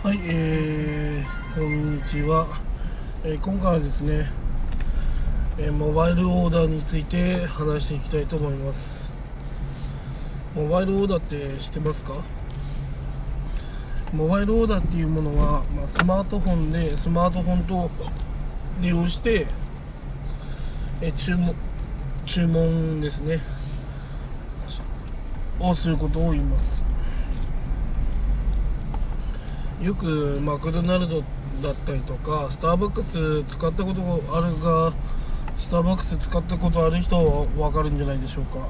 はい、こんにちは。今回はですね、モバイルオーダーについて話していきたいと思います。モバイルオーダーって知ってますか？モバイルオーダーっていうものは、スマートフォンと利用して、注文ですねをすることを言います。よくマクドナルドだったりとかスターバックス使ったことがあるがスターバックス使ったことある人は分かるんじゃないでしょうか。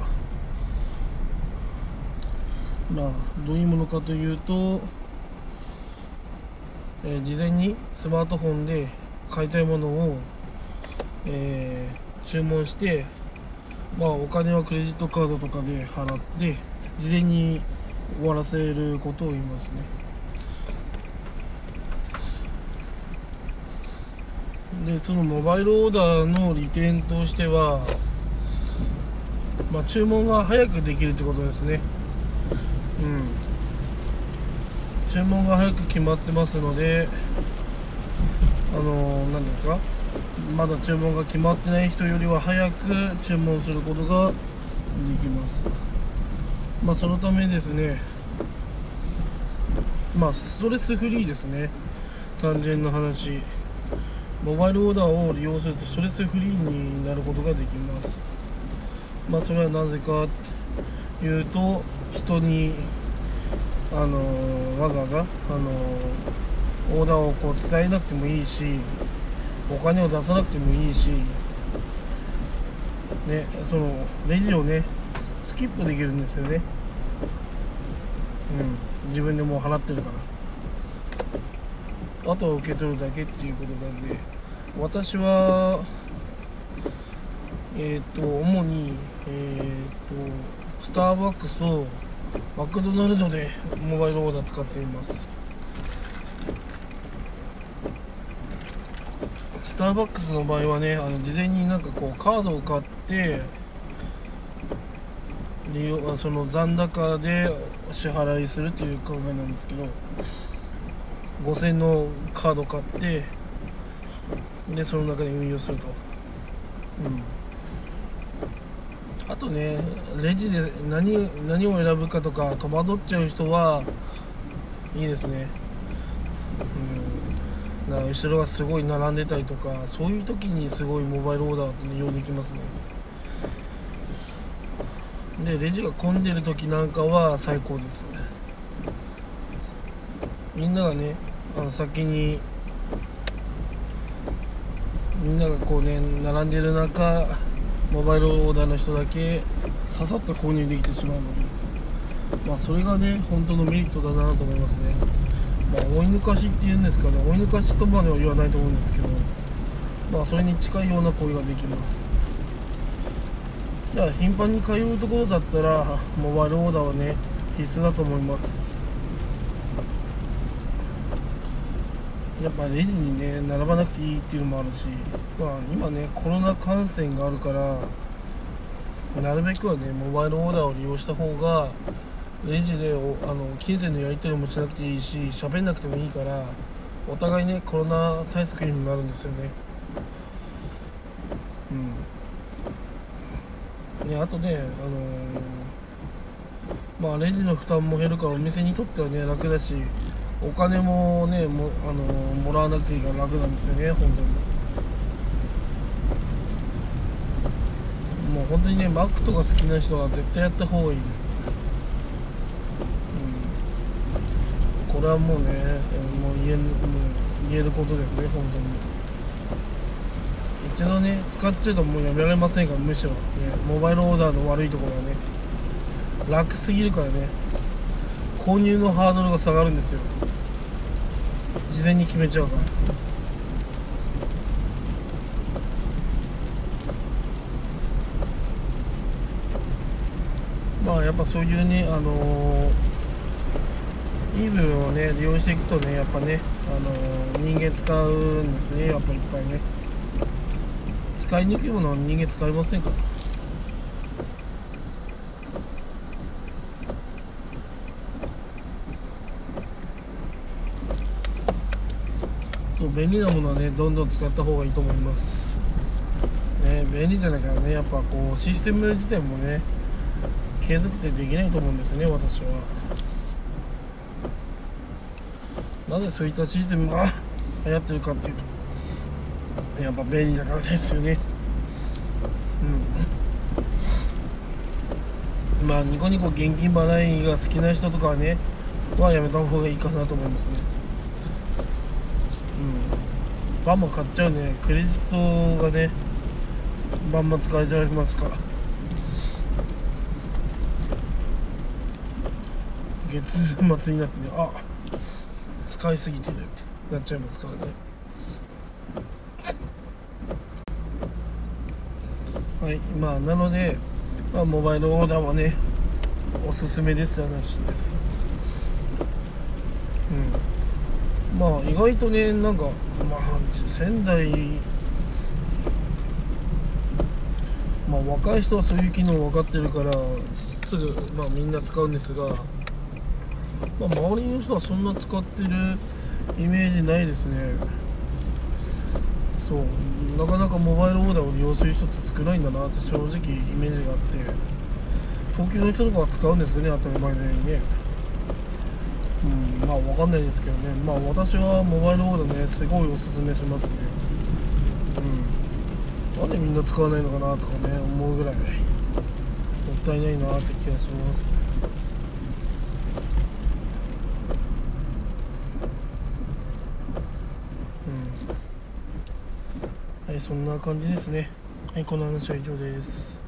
どういうものかというと、事前にスマートフォンで買いたいものを、注文して、お金はクレジットカードとかで払って事前に終わらせることを言いますね。でそのモバイルオーダーの利点としては、注文が早くできるってことですね。注文が早く決まってますので、何ですか、まだ注文が決まってない人よりは早く注文することができます。そのためですね、ストレスフリーですね。単純な話、モバイルオーダーを利用するとストレスフリーになることができます。それはなぜかというと、人にわざわざオーダーを伝えなくてもいいし、お金を出さなくてもいいしね、そのレジをねスキップできるんですよね。自分でもう払ってるから、あとは受け取るだけっていうことなんで、私は主にスターバックスとマクドナルドでモバイルオーダー使っています。スターバックスの場合はね、事前にカードを買ってその残高で支払いするという考えなんですけど、5000円のカード買ってでその中で運用すると。あとね、レジで何を選ぶかとか戸惑っちゃう人はいいですね。後ろがすごい並んでたりとか、そういう時にすごいモバイルオーダー利用できますね。でレジが混んでる時なんかは最高です。みんながね先にみんなが並んでる中、モバイルオーダーの人だけささっと購入できてしまうのです。それがね本当のメリットだなと思いますね。追い抜かしっていうんですかね、追い抜かしとまでは言わないと思うんですけど、それに近いような行為ができます。じゃあ頻繁に通うところだったらモバイルオーダーはね必須だと思います。やっぱレジにね並ばなくていいっていうのもあるし、今ねコロナ感染があるから、なるべくはねモバイルオーダーを利用した方が、レジで金銭のやり取りもしなくていいし喋んなくてもいいから、お互いねコロナ対策にもなるんですよね。あとねレジの負担も減るからお店にとってはね楽だし、お金もねもらわなくていいから楽なんですよね。本当にもう本当にねマックとか好きな人は絶対やった方がいいです。これはもうねもう言えることですね。本当に一度ね使っちゃうともうやめられませんから。むしろねモバイルオーダーの悪いところはね、楽すぎるからね、購入のハードルが下がるんですよ。事前に決めちゃうから。やっぱそういうねいい部分をね利用していくとね、やっぱね人間使うんですね。やっぱいっぱいね、使いにくいものは人間使いませんから。 と便利なものはねどんどん使った方がいいと思いますね。便利じゃなきゃねやっぱこうシステム自体もね継続ってできないと思うんですね、私は。なぜそういったシステムが流行ってるかっていうとやっぱ便利だからですよね。まあニコニコ現金払いが好きな人とかはねやめた方がいいかなと思いますね。バンバン買っちゃうね。クレジットがねバンバン使えちゃいますから、月末になってね使いすぎてるってなっちゃいますからね。はい、なので、モバイルオーダーはねおすすめですって話です。意外とね仙台若い人はそういう機能分かってるからすぐみんな使うんですが、周りの人はそんな使ってるイメージないですね。そう、なかなかモバイルオーダーを利用する人って少ないんだなって正直イメージがあって、東京の人とかは使うんですけどね、当たり前のようにね。分かんないですけどね。私はモバイルオーダーねすごいおすすめしますね。なんでみんな使わないのかなとかね思うぐらいもったいないなって気がします。はい、そんな感じですね。はい、この話は以上です。